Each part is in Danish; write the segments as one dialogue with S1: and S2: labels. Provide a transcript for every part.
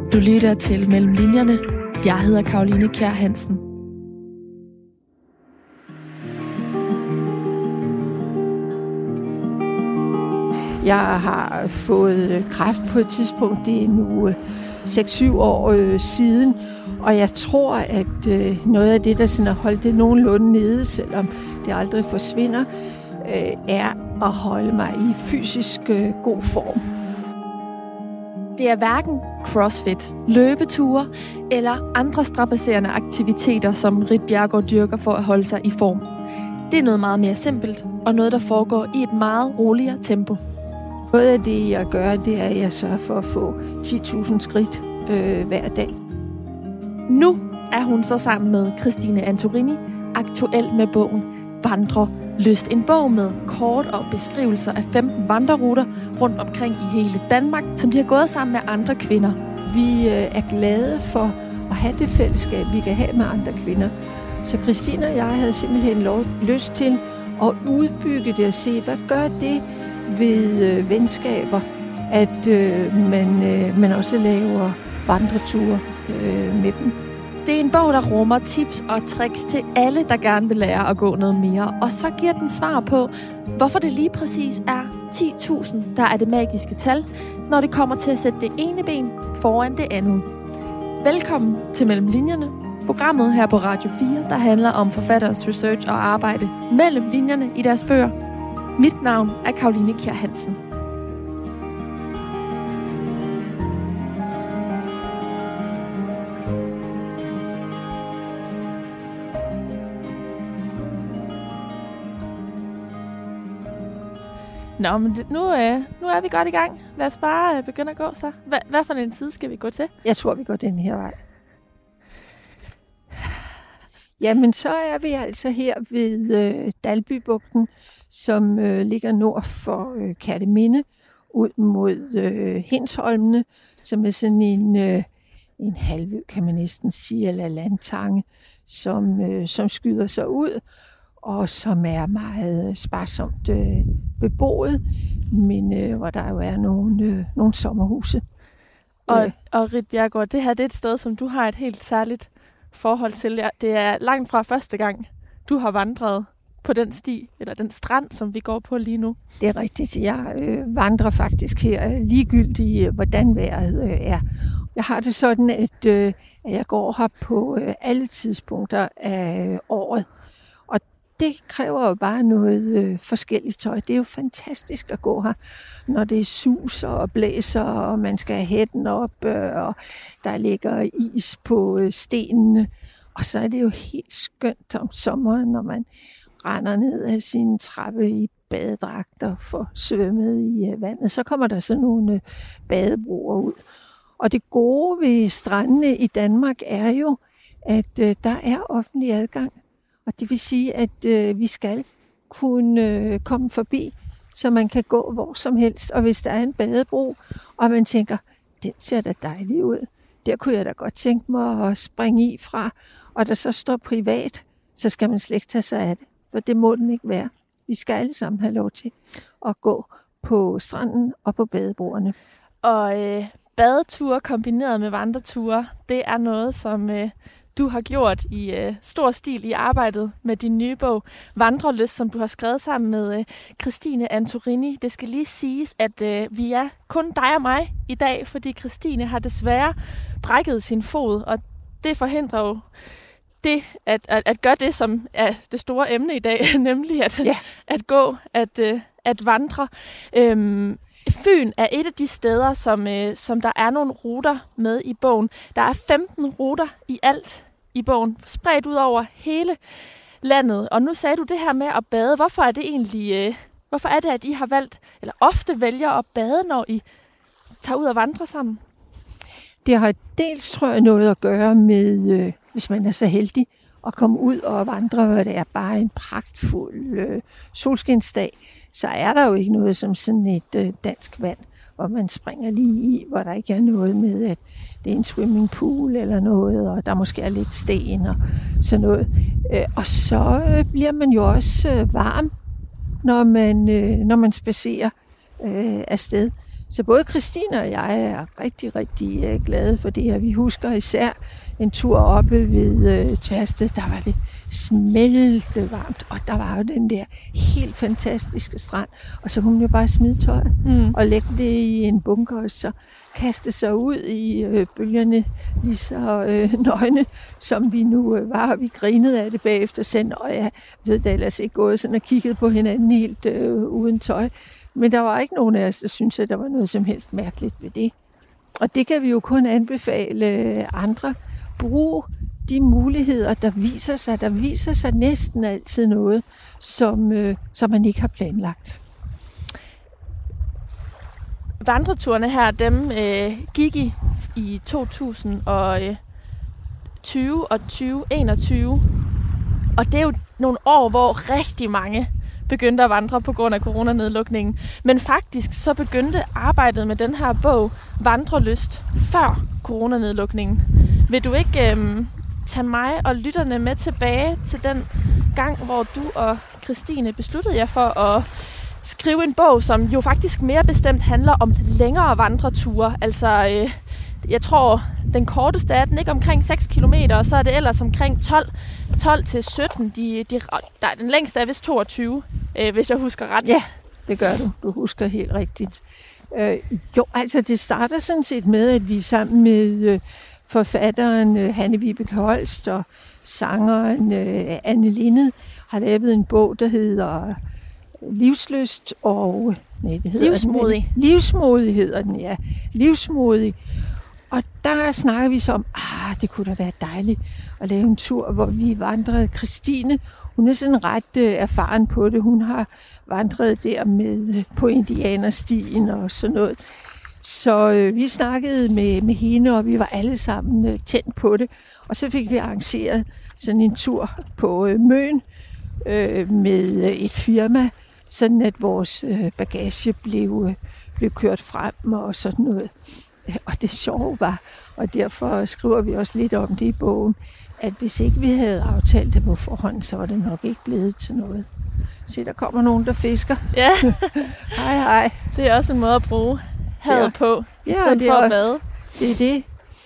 S1: Du lytter til Mellem Linjerne. Jeg hedder Caroline Kjær Hansen.
S2: Jeg har fået kræft på et tidspunkt, det er nu 6-7 år siden, og jeg tror, at noget af det, der sådan har holdt det nogenlunde nede, selvom det aldrig forsvinder, er at holde mig i fysisk god form.
S1: Det er hverken crossfit, løbeture eller andre strapasserende aktiviteter, som Ritt Bjerregaard dyrker for at holde sig i form. Det er noget meget mere simpelt, og noget, der foregår i et meget roligere tempo.
S2: Noget af det, jeg gør, det er, at jeg sørger for at få 10.000 skridt hver dag.
S1: Nu er hun så sammen med Christine Antorini aktuel med bogen Vandrelyst. En bog med kort og beskrivelser af 15 vandreruter rundt omkring i hele Danmark, som de har gået sammen med andre kvinder.
S2: Vi er glade for at have det fællesskab, vi kan have med andre kvinder. Så Christine og jeg havde simpelthen lyst til at udbygge det og se, hvad gør det ved venskaber, at man også laver vandreture med dem.
S1: Det er en bog, der rummer tips og tricks til alle, der gerne vil lære at gå noget mere. Og så giver den svar på, hvorfor det lige præcis er 10.000, der er det magiske tal, når det kommer til at sætte det ene ben foran det andet. Velkommen til Mellem Linjerne, programmet her på Radio 4, der handler om forfatteres research og arbejde mellem linjerne i deres bøger. Mit navn er Caroline Kjær Hansen. Nå, men nu er vi godt i gang. Lad os bare begynde at gå så. Hvad for en side skal vi gå til?
S2: Jeg tror, vi går den her vej. Jamen, så er vi altså her ved Dalbybugten, som ligger nord for Kerteminde, ud mod Hindsholmene, som er sådan en halvø, kan man næsten sige, eller landtange, som skyder sig ud, og som er meget sparsomt beboet, men hvor der jo er nogle sommerhuse.
S1: Og Ritt Bjerregaard, det her det er et sted, som du har et helt særligt forhold til. Det er langt fra første gang, du har vandret på den sti, eller den strand, som vi går på lige nu.
S2: Det er rigtigt. Jeg vandrer faktisk her ligegyldigt, hvordan vejret er. Jeg har det sådan, at jeg går her på alle tidspunkter af året. Og det kræver jo bare noget forskelligt tøj. Det er jo fantastisk at gå her, når det suser og blæser, og man skal have hætten op, og der ligger is på stenene. Og så er det jo helt skønt om sommeren, når man render ned af sin trappe i badedragter for svømmet i vandet. Så kommer der sådan nogle badebroer ud. Og det gode ved strandene i Danmark er jo, at der er offentlig adgang. Og det vil sige, at vi skal kunne komme forbi, så man kan gå hvor som helst. Og hvis der er en badebro, og man tænker, den ser da dejlig ud, der kunne jeg da godt tænke mig at springe i fra, og der så står privat, så skal man slet ikke tage sig af det. For det må den ikke være. Vi skal alle sammen have lov til at gå på stranden og på badebroerne.
S1: Og badeture kombineret med vandreture, det er noget, som du har gjort i stor stil i arbejdet med din nye bog, Vandrelyst, som du har skrevet sammen med Christine Antorini. Det skal lige siges, at vi er kun dig og mig i dag, fordi Christine har desværre brækket sin fod, og det forhindrer jo det, at gøre det, som er det store emne i dag, nemlig at gå, at vandre. Fyn er et af de steder, som der er nogle ruter med i bogen. Der er 15 ruter i alt i bogen, spredt ud over hele landet. Og nu sagde du det her med at bade. Hvorfor er det, at I har valgt, eller ofte vælger at bade, når I tager ud og vandrer sammen?
S2: Det har dels, tror jeg, noget at gøre med, hvis man er så heldig at komme ud og vandre, hvor det er bare en pragtfuld solskinsdag, så er der jo ikke noget som sådan et dansk vand, hvor man springer lige i, hvor der ikke er noget med, at det er en swimmingpool eller noget, og der måske er lidt sten og sådan noget. Og så bliver man jo også varm, når man spacerer afsted. Så både Christine og jeg er rigtig, rigtig glade for det her. Vi husker især en tur oppe ved Tværsted. Der var det smelte varmt, og der var jo den der helt fantastiske strand. Og så kunne man jo bare smide tøjet og lægge det i en bunker, og så kaste sig ud i bølgerne lige så nøgne, som vi nu var. Vi grinede af det bagefter, sen, og jeg ved da ellers ikke gået sådan og kigget på hinanden helt uden tøj. Men der var ikke nogen af os, der syntes, at der var noget som helst mærkeligt ved det. Og det kan vi jo kun anbefale andre. Brug de muligheder, der viser sig. Der viser sig næsten altid noget, som man ikke har planlagt.
S1: Vandreturene her, dem gik i 2020 og 2021. Og det er jo nogle år, hvor rigtig mange begyndte at vandre på grund af coronanedlukningen. Men faktisk så begyndte arbejdet med den her bog, Vandrelyst, før coronanedlukningen. Vil du ikke tage mig og lytterne med tilbage til den gang, hvor du og Christine besluttede jer for at skrive en bog, som jo faktisk mere bestemt handler om længere vandreture. Altså, jeg tror, den korteste er den ikke omkring 6 kilometer, og så er det ellers omkring 12 til 17. Den længste er vist 22, hvis jeg husker ret.
S2: Ja, det gør du. Du husker helt rigtigt. Altså det starter sådan set med, at vi sammen med forfatteren Hanne-Vibeke Holst og sangeren Anne Linnet har lavet en bog, der hedder Livslyst og... Nej, det hedder
S1: Livsmodig.
S2: Livsmodig hedder den, ja. Livsmodig. Og der snakker vi så om, det kunne da være dejligt at lave en tur, hvor vi vandrede. Christine, hun er sådan ret erfaren på det. Hun har vandret der med på Indianerstien og sådan noget. Så vi snakkede med hende, og vi var alle sammen tændt på det. Og så fik vi arrangeret sådan en tur på Møn med et firma, sådan at vores bagage blev kørt frem og sådan noget. Og det sjove var, og derfor skriver vi også lidt om det i bogen, at hvis ikke vi havde aftalt det på forhånd, så var det nok ikke blevet til noget. Se, der kommer nogen, der fisker. Ja. Hej, hej.
S1: Det er også en måde at bruge havet på, i stedet for at bade.
S2: Det er det.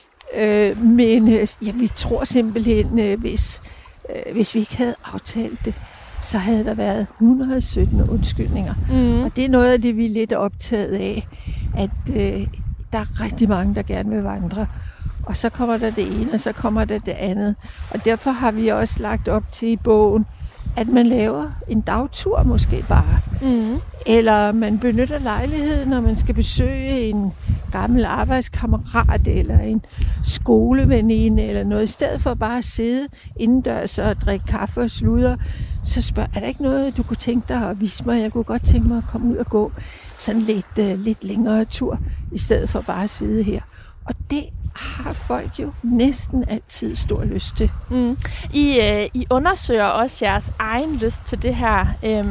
S2: Men vi tror simpelthen, hvis vi ikke havde aftalt det, så havde der været 117 undskyldninger. Og det er noget af det, vi er lidt optaget af, at der er rigtig mange, der gerne vil vandre. Og så kommer der det ene, og så kommer der det andet. Og derfor har vi også lagt op til i bogen, at man laver en dagtur måske bare. Eller man benytter lejligheden, når man skal besøge en gammel arbejdskammerat eller en skoleveninde eller noget. I stedet for bare at sidde indendørs og drikke kaffe og sludre, så spørger, er der ikke noget, du kunne tænke dig at vise mig? Jeg kunne godt tænke mig at komme ud og gå sådan lidt længere tur, i stedet for bare at sidde her. Og det har folk jo næsten altid stor lyst til.
S1: I undersøger også jeres egen lyst til det her.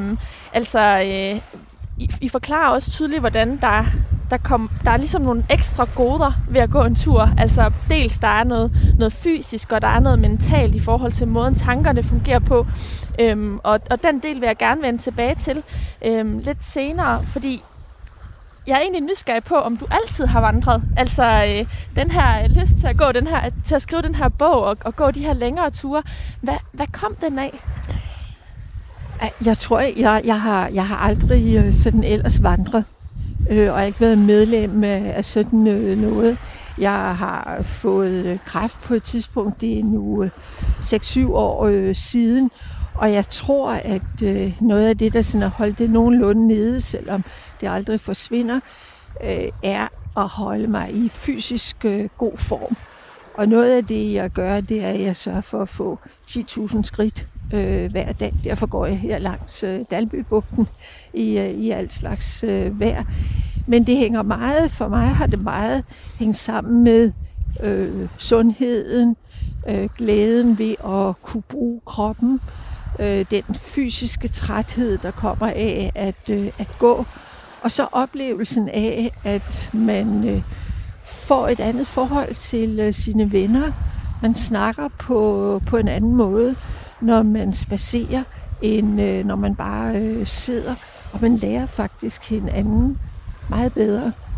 S1: I forklarer også tydeligt, hvordan der er ligesom nogle ekstra goder ved at gå en tur. Altså dels der er noget fysisk, og der er noget mentalt i forhold til måden tankerne fungerer på. Og den del vil jeg gerne vende tilbage til lidt senere, fordi jeg er egentlig nysgerrig på, om du altid har vandret. Altså den her lyst til at skrive den her bog og gå de her længere ture. Hvad kom den af?
S2: Jeg tror, jeg har aldrig sådan ellers vandret, og jeg har ikke været medlem af sådan noget. Jeg har fået kræft på et tidspunkt, det er nu 6-7 år siden, og jeg tror, at noget af det, der sådan har holdt det nogenlunde nede, selvom det aldrig forsvinder, er at holde mig i fysisk god form. Og noget af det, jeg gør, det er, at jeg sørger for at få 10.000 skridt hver dag. Derfor går jeg her langs Dalbybugten i alt slags vejr. Men det hænger meget, for mig har det meget hængt sammen med sundheden, glæden ved at kunne bruge kroppen, den fysiske træthed, der kommer af at gå, og så oplevelsen af, at man får et andet forhold til sine venner. Man snakker på en anden måde, når man spacerer, end når man bare sidder, og man lærer faktisk hinanden meget bedre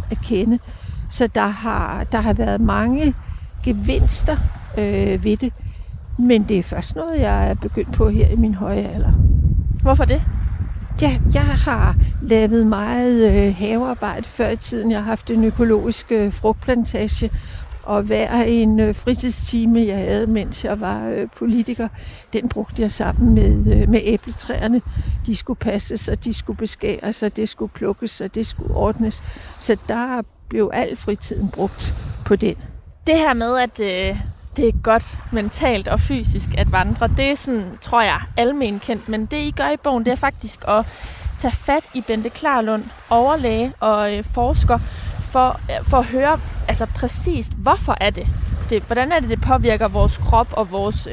S2: at kende. Så der har været mange gevinster ved det. Men det er først noget, jeg er begyndt på her i min høje alder.
S1: Hvorfor det?
S2: Ja, jeg har lavet meget havearbejde før i tiden. Jeg har haft en økologisk frugtplantage, og hver en fritidstime, jeg havde, mens jeg var politiker, den brugte jeg sammen med æbletræerne. De skulle passes, og de skulle beskæres, og det skulle plukkes, og det skulle ordnes. Så der blev al fritiden brugt på den.
S1: Det her med, at det er godt mentalt og fysisk at vandre, det er sådan, tror jeg, almen kendt. Men det, I gør i bogen, det er faktisk at tage fat i Bente Klarlund, overlæge og forsker, for at høre altså præcist, hvorfor er det? Hvordan er det påvirker vores krop og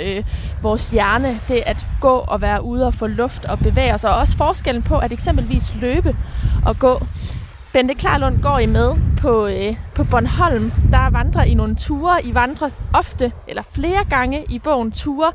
S1: vores hjerne, det at gå og være ude og få luft og bevæge os, og også forskellen på at eksempelvis løbe og gå. Bente Klarlund går I med på Bornholm. Der vandrer I nogle ture. I vandrer ofte eller flere gange i bogen ture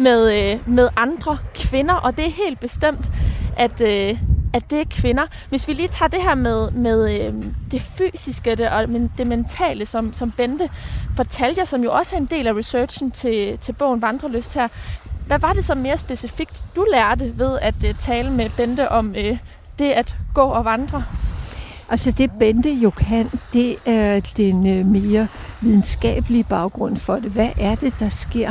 S1: med andre kvinder, og det er helt bestemt, at det er kvinder. Hvis vi lige tager det her med det fysiske og det mentale, som Bente fortalte jer, som jo også er en del af researchen til bogen Vandrelyst her. Hvad var det så mere specifikt, du lærte ved at tale med Bente om det at gå og vandre?
S2: Altså det Bente jo kan, det er den mere videnskabelige baggrund for det. Hvad er det, der sker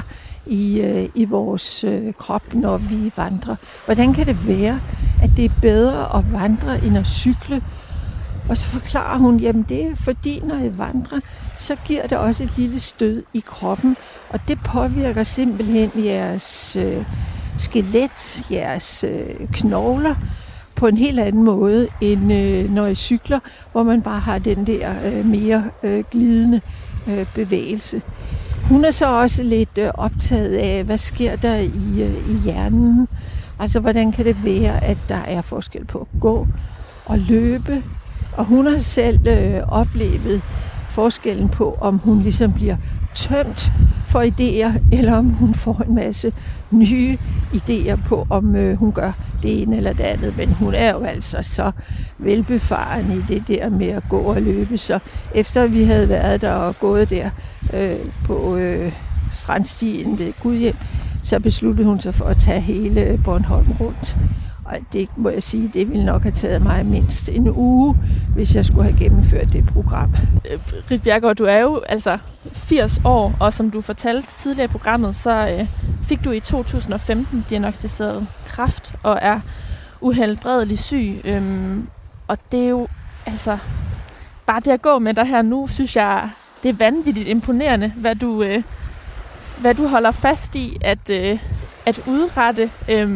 S2: i vores krop, når vi vandrer? Hvordan kan det være, at det er bedre at vandre end at cykle? Og så forklarer hun, jamen det er fordi, når I vandrer, så giver det også et lille stød i kroppen, og det påvirker simpelthen jeres skelet, jeres knogler, på en helt anden måde, end når I cykler, hvor man bare har den der mere glidende bevægelse. Hun er så også lidt optaget af, hvad sker der i hjernen. Altså, hvordan kan det være, at der er forskel på at gå og løbe. Og hun har selv oplevet forskellen på, om hun ligesom bliver tømt for idéer, eller om hun får en masse nye idéer på, om hun gør det ene eller det andet. Men hun er jo altså så velbefaren i det der med at gå og løbe. Så efter vi havde været der og gået der på strandstien ved Gudhjem, så besluttede hun sig for at tage hele Bornholm rundt. Og det må jeg sige, det ville nok have taget mig mindst en uge, hvis jeg skulle have gennemført det program.
S1: Ritt Bjerregaard, du er jo altså 80 år, og som du fortalte tidligere i programmet, så fik du i 2015 diagnosticeret kræft og er uhelbredelig syg. Og det er jo altså bare det at gå med dig her nu, synes jeg, det er vanvittigt imponerende, hvad du holder fast i at udrette.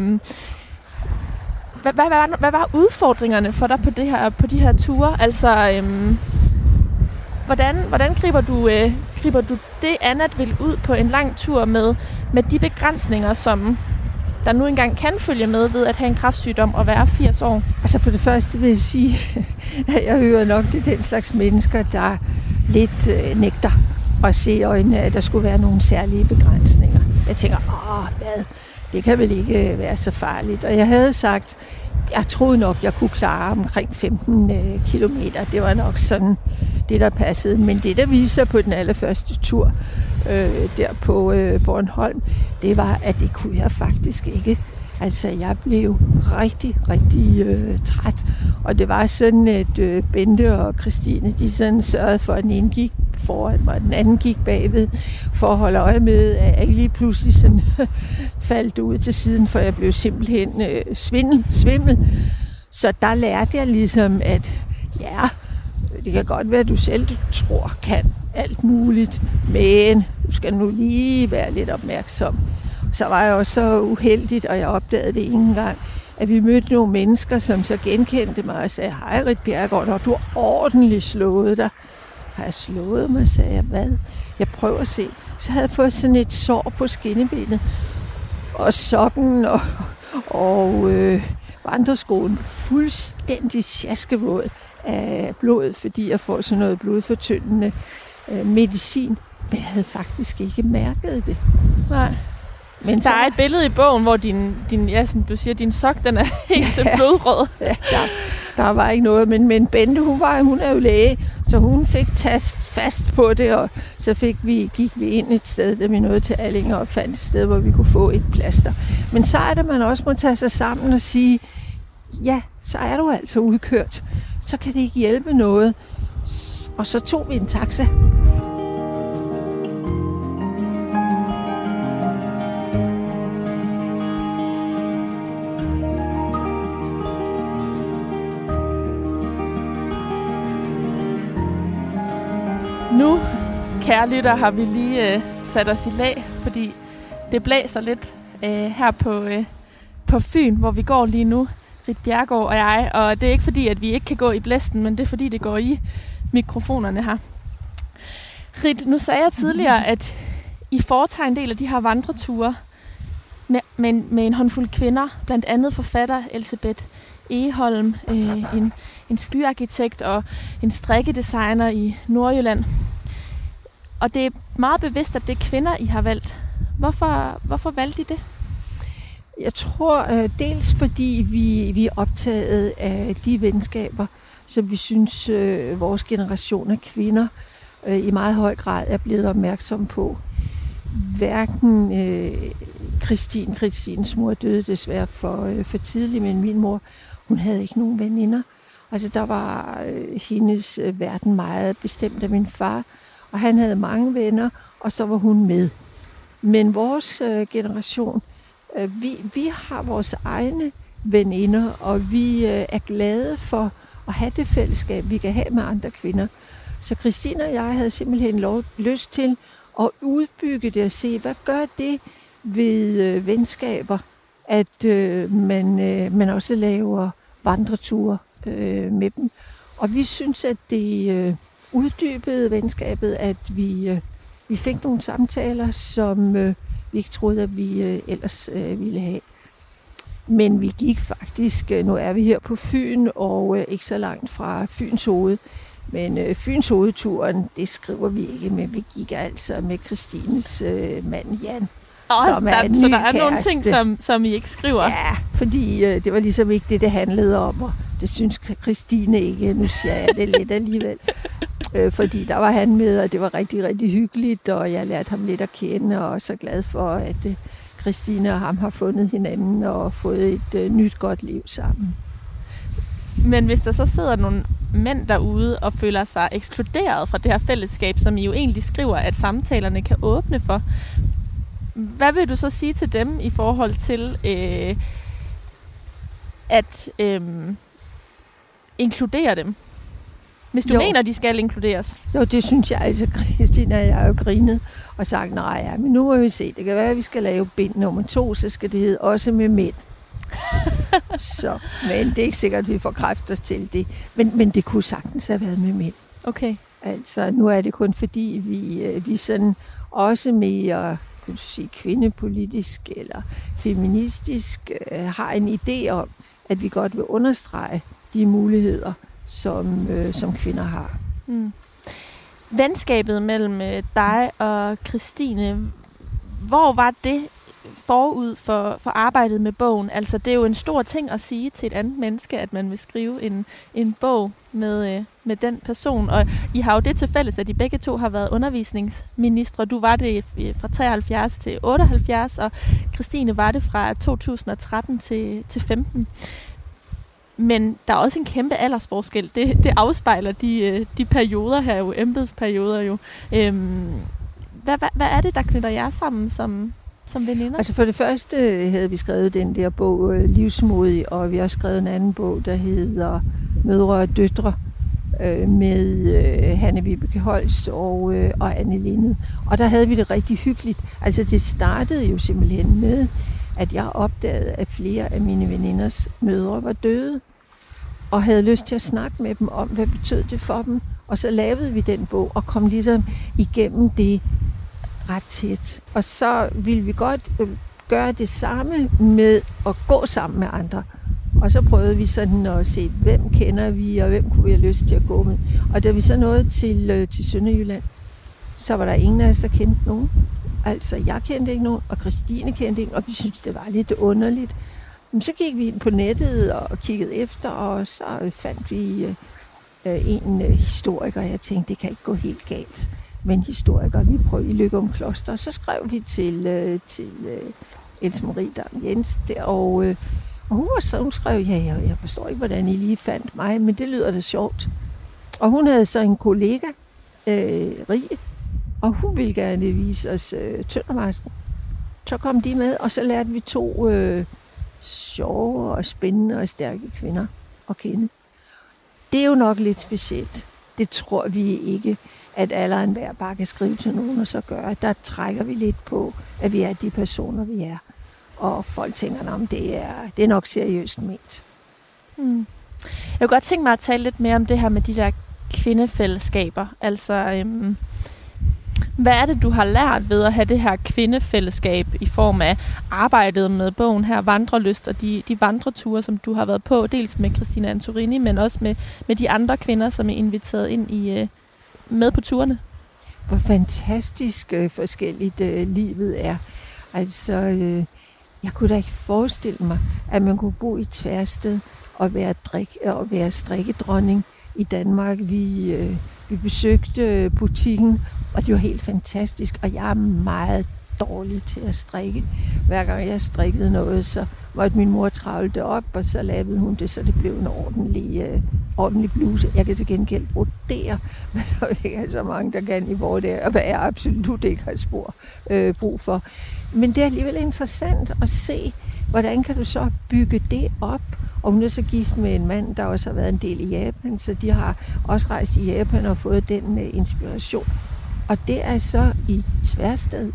S1: Hvad var udfordringerne for dig på de her ture? Altså, hvordan griber du det an at vil ud på en lang tur med de begrænsninger, som der nu engang kan følge med ved at have en kræftsygdom og være 80 år?
S2: Altså for det første vil jeg sige, at jeg hører nok til den slags mennesker, der lidt nægter at se i øjnene, at der skulle være nogle særlige begrænsninger. Jeg tænker, hvad? Det kan vel ikke være så farligt. Og jeg havde sagt, jeg troede nok, jeg kunne klare omkring 15 kilometer. Det var nok sådan det, der passede. Men det, der viser på den allerførste tur der på Bornholm, det var, at det kunne jeg faktisk ikke. Altså, jeg blev rigtig, rigtig træt. Og det var sådan, at Bente og Christine, de sådan sørgede for, at den ene gik foran mig, og den anden gik bagved, for at holde øje med, at jeg lige pludselig sådan faldt ud til siden, for jeg blev simpelthen svimmel. Så der lærte jeg ligesom, at ja, det kan godt være, at du selv tror kan alt muligt, men du skal nu lige være lidt opmærksom. Så var jeg også så uheldigt, og jeg opdagede det en gang, at vi mødte nogle mennesker, som så genkendte mig og sagde, hej Ritt Bjerregaard, og du har ordentligt slået dig. Har jeg slået mig, sagde jeg, hvad? Jeg prøver at se. Så havde jeg fået sådan et sår på skinnebenet, og sokken og vandreskoen fuldstændig sjaskevåd af blod, fordi jeg får sådan noget blodfortyndende medicin. Men jeg havde faktisk ikke mærket det.
S1: Nej. Men der er et billede i bogen, hvor din ja, som du siger, din sok, den er helt blodrød.
S2: Ja, Der var ikke noget, men Bente, hun er jo læge, så hun fik fast på det, og så gik vi ind et sted, da vi nåede til Allinger og fandt et sted, hvor vi kunne få et plaster. Men så er det, man også må tage sig sammen og sige, ja, så er du altså udkørt. Så kan det ikke hjælpe noget. Og så tog vi en taxa.
S1: Nu, kære lytter, har vi lige sat os i lag, fordi det blæser lidt her på Fyn, hvor vi går lige nu, Rit Bjerregaard og jeg. Og det er ikke fordi, at vi ikke kan gå i blæsten, men det er fordi, det går i mikrofonerne her. Rit, nu sagde jeg tidligere, at I foretager en del af de her vandreture med en håndfuld kvinder, blandt andet forfatter Elsebeth Egholm, en byarkitekt og en strikkedesigner i Nordjylland. Og det er meget bevidst, at det er kvinder, I har valgt. Hvorfor valgte I det?
S2: Jeg tror dels fordi vi er optaget af de venskaber, som vi synes vores generation af kvinder i meget høj grad er blevet opmærksom på. Hverken Christines mor døde desværre for tidligt, men min mor, hun havde ikke nogen veninder. Altså der var hendes verden meget bestemt af min far, og han havde mange venner, og så var hun med. Men vores generation, vi har vores egne veninder, og vi er glade for at have det fællesskab, vi kan have med andre kvinder. Så Christine og jeg havde simpelthen lyst til at udbygge det og se, hvad gør det ved venskaber, at man også laver vandreture med dem. Og vi synes, at det uddybede venskabet, at vi fik nogle samtaler, som vi ikke troede, at vi ellers ville have. Men vi gik faktisk, nu er vi her på Fyn, og ikke så langt fra Fyns Hoved. Men Fyns Hovedturen, det skriver vi ikke, men vi gik altså med Christines mand Jan.
S1: Så der er nogle ting, som I ikke skriver?
S2: Ja, fordi det var ligesom ikke det handlede om, og det synes Christine ikke. Nu siger jeg det lidt alligevel. Fordi der var han med, og det var rigtig, rigtig hyggeligt, og jeg lærte ham lidt at kende, og er så glad for, at Christine og ham har fundet hinanden og fået et nyt godt liv sammen.
S1: Men hvis der så sidder nogle mænd derude og føler sig ekskluderet fra det her fællesskab, som I jo egentlig skriver, at samtalerne kan åbne for, hvad vil du så sige til dem i forhold til at inkludere dem? Hvis du mener, de skal inkluderes.
S2: Jo, det synes jeg. Altså, Christine og jeg har jo grinet og sagt, nej, ja, men nu må vi se. Det kan være, at vi skal lave bind nummer 2, så skal det hedde også med mænd. Så, men det er ikke sikkert, at vi får kræfter til det. Men det kunne sagtens have været med mænd.
S1: Okay.
S2: Altså, nu er det kun fordi, vi sådan også mere, kunne du sige, kvindepolitisk eller feministisk har en idé om, at vi godt vil understrege de muligheder, som kvinder har.
S1: Mm. Venskabet mellem dig og Christine, hvor var det forud for arbejdet med bogen? Altså, det er jo en stor ting at sige til et andet menneske, at man vil skrive en bog med den person. Og I har jo det til fælles, at I begge to har været undervisningsministre. Du var det fra 73 til 78, og Christine var det fra 2013 til 15. Men der er også en kæmpe aldersforskel. Det afspejler de perioder her jo, embedsperioder jo. Hvad er det, der knytter jer sammen som veninder? Altså
S2: for det første havde vi skrevet den der bog Livsmodig, og vi har også skrevet en anden bog, der hedder Mødre og Døtre, med Hanne-Vibeke Holst og Anne Linde. Og der havde vi det rigtig hyggeligt. Altså det startede jo simpelthen med, at jeg opdagede, at flere af mine veninders mødre var døde, og havde lyst til at snakke med dem om, hvad betød det for dem. Og så lavede vi den bog, og kom ligesom igennem det ret tæt. Og så ville vi godt gøre det samme med at gå sammen med andre. Og så prøvede vi sådan at se, hvem kender vi, og hvem kunne vi have lyst til at gå med. Og da vi så nåede til Sønderjylland, så var der ingen af os, der kendte nogen. Altså, jeg kendte ikke nogen, og Christine kendte ikke, og vi syntes, det var lidt underligt. Så gik vi ind på nettet og kiggede efter, og så fandt vi en historiker. Jeg tænkte, det kan ikke gå helt galt. Men historiker, vi prøvede i Løgum Kloster, og så skrev vi til Else Marie Dam Jens der, og hun skrev, jeg forstår ikke, hvordan I lige fandt mig, men det lyder da sjovt. Og hun havde så en kollega, Rie, og hun ville gerne vise os Tøndermarsken. Så kom de med, og så lærte vi 2 sjove og spændende og stærke kvinder at kende. Det er jo nok lidt specielt. Det tror vi ikke, at alle og enhver bare kan skrive til nogen og så gøre. Der trækker vi lidt på, at vi er de personer, vi er. Og folk tænker, at det er nok seriøst ment.
S1: Jeg kunne godt tænke mig at tale lidt mere om det her med de der kvindefællesskaber. Altså, hvad er det, du har lært ved at have det her kvindefællesskab i form af arbejdet med bogen her, Vandrelyst, og de vandreture, som du har været på, dels med Christina Antorini, men også med de andre kvinder, som er inviteret ind med på turene?
S2: Hvor fantastisk forskelligt livet er. Altså, jeg kunne da ikke forestille mig, at man kunne bo i Tversted og være strikkedronning i Danmark. Vi besøgte butikken, og det var helt fantastisk, og jeg er meget dårlig til at strikke. Hver gang jeg strikkede noget, så måtte min mor travle det op, og så lavede hun det, så det blev en ordentlig bluse. Jeg kan til gengæld brodere, men der er ikke så mange, der kan i hvor det er, og hvad jeg absolut ikke har brug for. Men det er alligevel interessant at se, hvordan kan du så bygge det op. Og hun er så gift med en mand, der også har været en del i Japan, så de har også rejst i Japan og fået den inspiration. Og det er så i Tversted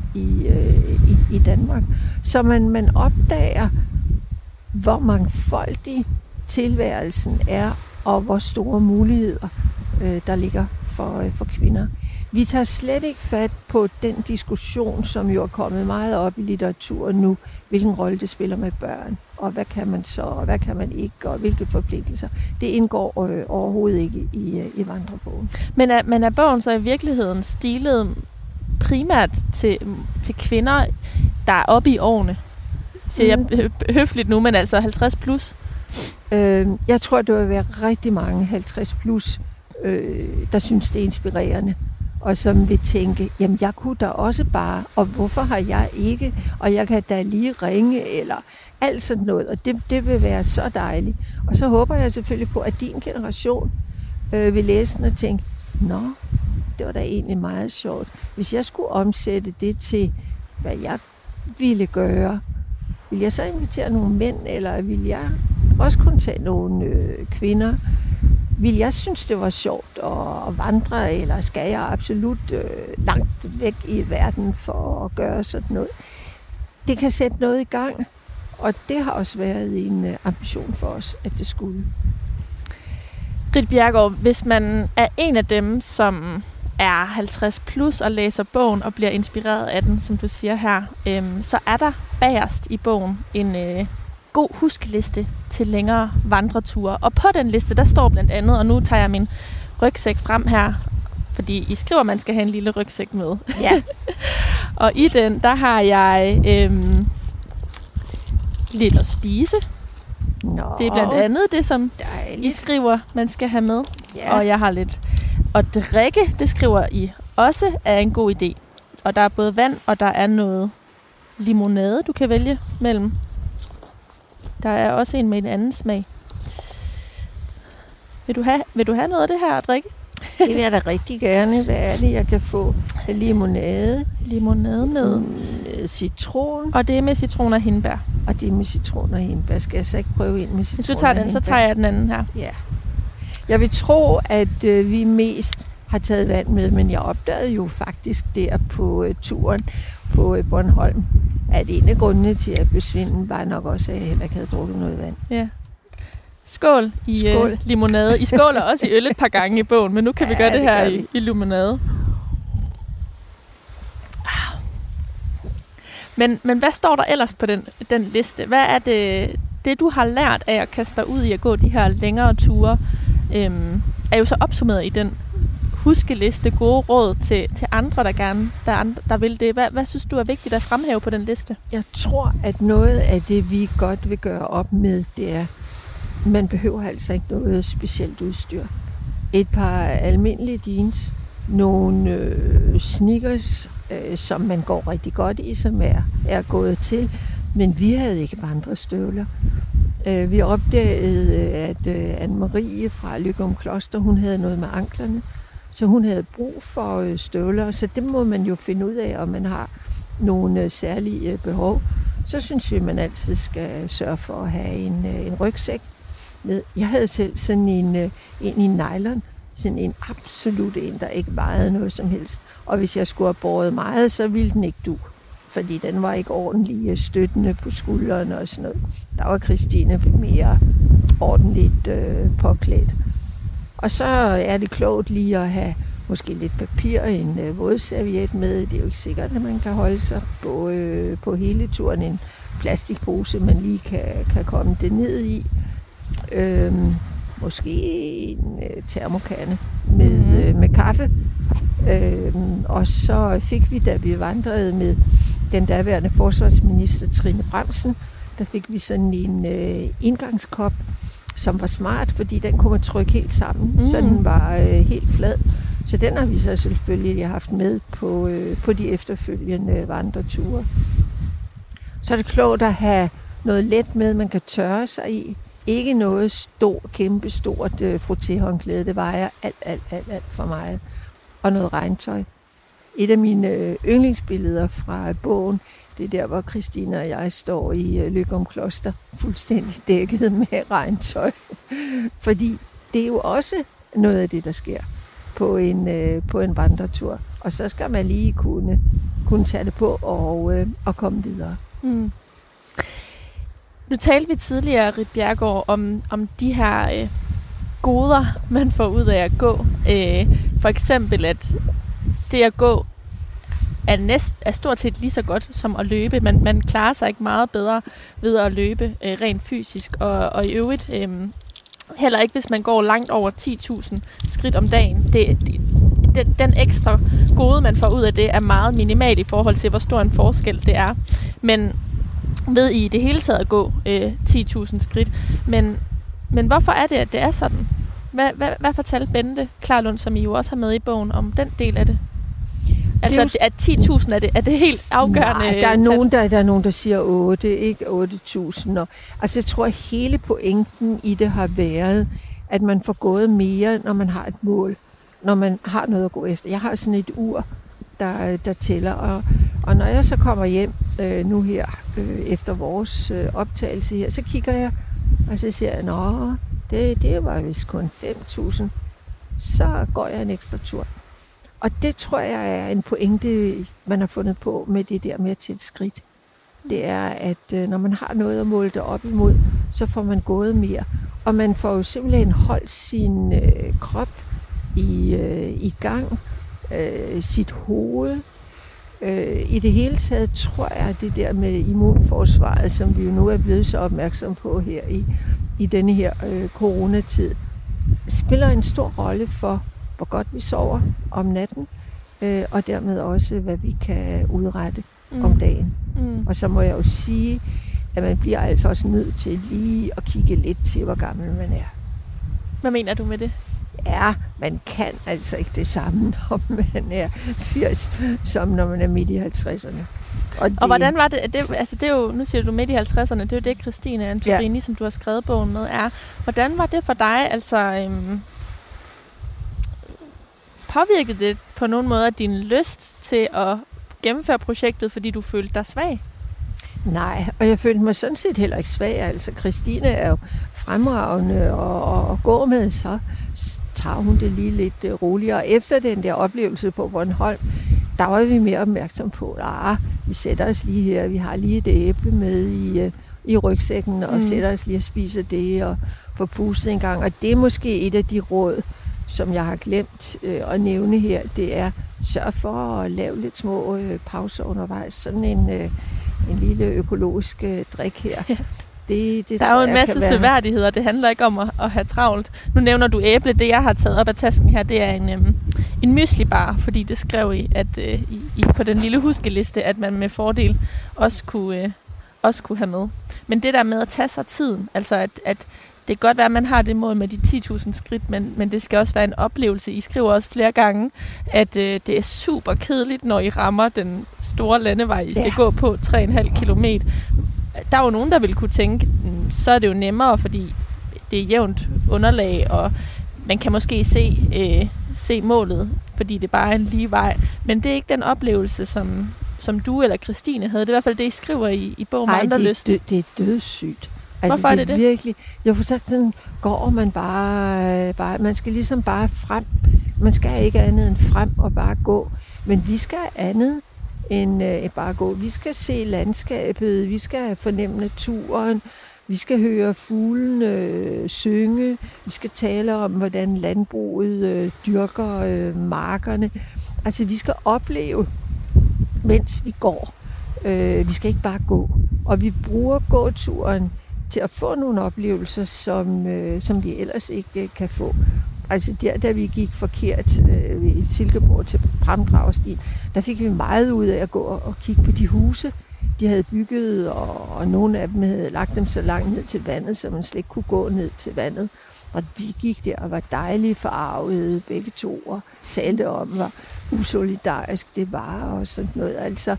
S2: i Danmark. Så man opdager, hvor mangfoldig tilværelsen er, og hvor store muligheder der ligger for kvinder. Vi tager slet ikke fat på den diskussion, som jo er kommet meget op i litteraturen nu, hvilken rolle det spiller med børn, og hvad kan man så, og hvad kan man ikke, og hvilke forpligtelser. Det indgår overhovedet ikke i vandrebogen.
S1: Men er bogen så i virkeligheden stilet primært til kvinder, der er oppe i årene? Siger jeg høfligt nu, men altså 50 plus?
S2: Jeg tror, det vil være rigtig mange 50 plus, der synes, det er inspirerende. Og som vil tænke, jamen jeg kunne da også bare, og hvorfor har jeg ikke, og jeg kan da lige ringe, eller alt sådan noget, og det vil være så dejligt. Og så håber jeg selvfølgelig på, at din generation vil læse den og tænke, nå, det var da egentlig meget sjovt. Hvis jeg skulle omsætte det til, hvad jeg ville gøre, vil jeg så invitere nogle mænd, eller vil jeg også kunne tage nogle kvinder? Vil jeg synes, det var sjovt at vandre, eller skal jeg absolut langt væk i verden for at gøre sådan noget? Det kan sætte noget i gang, og det har også været en ambition for os, at det skulle.
S1: Ritt Bjerregaard, hvis man er en af dem, som er 50 plus og læser bogen og bliver inspireret af den, som du siger her, så er der bagerst i bogen en god huskeliste til længere vandreture. Og på den liste, der står blandt andet, og nu tager jeg min rygsæk frem her, fordi I skriver, at man skal have en lille rygsæk med.
S2: Ja.
S1: Og i den, der har jeg lidt at spise.
S2: Nå.
S1: Det er blandt andet det, som
S2: Dejligt.
S1: I skriver, man skal have med.
S2: Ja.
S1: Og jeg har lidt at drikke, det skriver I også er en god idé. Og der er både vand, og der er noget limonade, du kan vælge mellem. Der er også en med en anden smag. Vil du have noget af det her at drikke?
S2: Det vil jeg da rigtig gerne. Hvad er det, jeg kan få? Limonade.
S1: Limonade med
S2: citron.
S1: Og det er med citron og hindbær.
S2: Og det er med citron og hindbær. Skal jeg så ikke prøve ind med citron?
S1: Hvis du tager den, så tager jeg den anden her.
S2: Ja. Jeg vil tro, at vi mest har taget vand med, men jeg opdagede jo faktisk der på turen på Bornholm, at en af grundene til at besvinde var nok også, at jeg heller ikke havde drukket noget vand.
S1: Ja. Skål i limonade. I skåler også i øl et par gange i bogen, men nu kan vi gøre det her i limonade. Men hvad står der ellers på den liste? Hvad er det du har lært af at kaste dig ud i at gå de her længere ture, er jo så opsummeret i den huskeliste, gode råd til andre, der vil det? Hvad synes du er vigtigt at fremhæve på den liste?
S2: Jeg tror, at noget af det, vi godt vil gøre op med, det er, man behøver altså ikke noget specielt udstyr. Et par almindelige jeans, nogle sneakers, som man går rigtig godt i, som er gået til, men vi havde ikke vandrestøvler. Vi opdagede, at Anne-Marie fra Løgum Kloster, hun havde noget med anklerne, så hun havde brug for støvler, så det må man jo finde ud af, om man har nogle særlige behov. Så synes vi, at man altid skal sørge for at have en rygsæk med. Jeg havde selv sådan en i nylon, sådan en absolut en, der ikke vejede noget som helst. Og hvis jeg skulle have båret meget, så ville den ikke du. Fordi den var ikke ordentligt støttende på skuldrene og sådan noget. Der var Christine mere ordentligt påklædt. Og så er det klogt lige at have måske lidt papir, en vådserviet med. Det er jo ikke sikkert, at man kan holde sig på hele turen. En plastikpose, man lige kan komme det ned i. Måske en termokande med kaffe. Og så fik vi, da vi vandrede med den daværende forsvarsminister Trine Bramsen, der fik vi sådan en indgangskop, som var smart, fordi den kunne man trykke helt sammen, så den var helt flad. Så den har vi så selvfølgelig haft med på de efterfølgende vandreture. Så er det klogt at have noget let med, man kan tørre sig i. Ikke noget kæmpestort frottéhåndklæde. Det vejer alt for meget. Og noget regntøj. Et af mine yndlingsbilleder fra bogen, det er der, hvor Christine og jeg står i Løgum Kloster, fuldstændig dækket med regntøj. Fordi det er jo også noget af det, der sker på en vandretur. Og så skal man lige kunne tage det på og komme videre.
S1: Mm. Nu talte vi tidligere, Ritt Bjerregaard, om de her goder, man får ud af at gå. For eksempel, at det at gå er stort set lige så godt som at løbe. Man klarer sig ikke meget bedre ved at løbe rent fysisk. Og i øvrigt, heller ikke hvis man går langt over 10.000 skridt om dagen. Den ekstra gode, man får ud af det, er meget minimal i forhold til, hvor stor en forskel det er. Men ved i det hele taget at gå 10.000 skridt. Men hvorfor er det, at det er sådan? Hvad fortalte Bente Klarlund, som I jo også har med i bogen, om den del af det? Altså, at 10.000 er det helt afgørende?
S2: Nej, der er nogen, der siger 8, ikke 8.000. Altså, jeg tror, at hele pointen i det har været, at man får gået mere, når man har et mål. Når man har noget at gå efter. Jeg har sådan et ur, der tæller. Og når jeg så kommer hjem nu her, efter vores optagelse her, så kigger jeg, og så siger jeg, det var vist kun 5.000. Så går jeg en ekstra tur. Og det tror jeg er en pointe, man har fundet på med det der med til et skridt. Det er, at når man har noget at måle det op imod, så får man gået mere. Og man får jo simpelthen holdt sin krop i gang, sit hoved. I det hele taget tror jeg, at det der med immunforsvaret, som vi jo nu er blevet så opmærksom på her i denne her coronatid, spiller en stor rolle for, hvor godt vi sover om natten, og dermed også, hvad vi kan udrette om dagen. Og så må jeg jo sige, at man bliver altså også nødt til lige at kigge lidt til, hvor gammel man er.
S1: Hvad mener du med det?
S2: Ja, man kan altså ikke det samme, når man er 80, som når man er midt i 50'erne.
S1: Og hvordan var det? Det er jo, nu siger du midt i 50'erne, det er jo det, Christine Antorini, som du har skrevet bogen med, er. Hvordan var det for dig? Altså, påvirkede det på nogen måde din lyst til at gennemføre projektet, fordi du følte dig svag? Nej,
S2: og jeg følte mig sådan set heller ikke svag. Altså, Christine er jo fremragende og går med, så tager hun det lige lidt roligere. Efter den der oplevelse på Bornholm, der var vi mere opmærksom på, vi sætter os lige her, vi har lige et æble med i rygsækken, og sætter os lige og spiser det, og får pustet en gang. Og det er måske et af de råd, som jeg har glemt at nævne her, det er, sørg for at lave lidt små pauser undervejs. Sådan en lille økologisk drik her.
S1: Der er jo en masse seværdigheder. Det handler ikke om at have travlt. Nu nævner du æble. Det, jeg har taget op af tasken her, det er en myslibar, fordi det skrev I, at på den lille huskeliste, at man med fordel også kunne have med. Men det der med at tage sig tiden, altså at det kan godt være, at man har det mål med de 10.000 skridt, men det skal også være en oplevelse. I skriver også flere gange, at det er super kedeligt, når I rammer den store landevej, I skal gå på 3,5 kilometer. Der er jo nogen, der vil kunne tænke, så er det jo nemmere, fordi det er jævnt underlag, og man kan måske se målet, fordi det bare er en lige vej. Men det er ikke den oplevelse, som du eller Christine havde. Det er i hvert fald det, I skriver i bogen Vandrelyst.
S2: Det er dødssygt. Altså,
S1: hvorfor er det?
S2: Virkelig, for sådan går man bare, man skal ligesom bare frem. Man skal ikke andet end frem og bare gå. Men vi skal andet end bare gå. Vi skal se landskabet, vi skal fornemme naturen, vi skal høre fuglene synge, vi skal tale om, hvordan landbruget dyrker markerne. Altså, vi skal opleve, mens vi går. Vi skal ikke bare gå. Og vi bruger gåturen til at få nogle oplevelser, som vi ellers ikke kan få. Altså da vi gik forkert i Silkeborg til Pramdragstien, der fik vi meget ud af at gå og kigge på de huse, de havde bygget, og nogle af dem havde lagt dem så langt ned til vandet, så man slet ikke kunne gå ned til vandet. Og vi gik der og var dejligt forarvede begge to, og talte om, hvor usolidarisk det var og sådan noget. Altså,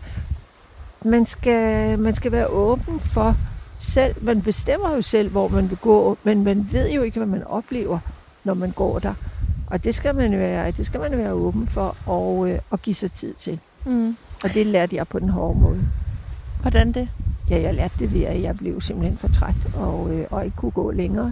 S2: man skal være åben for selv. Man bestemmer jo selv, hvor man vil gå, men man ved jo ikke, hvad man oplever, når man går der. Og det skal man være åben for og give sig tid til. Mm. Og det lærte jeg på den hårde måde.
S1: Hvordan det?
S2: Ja, jeg lærte det ved, at jeg blev simpelthen for træt og ikke kunne gå længere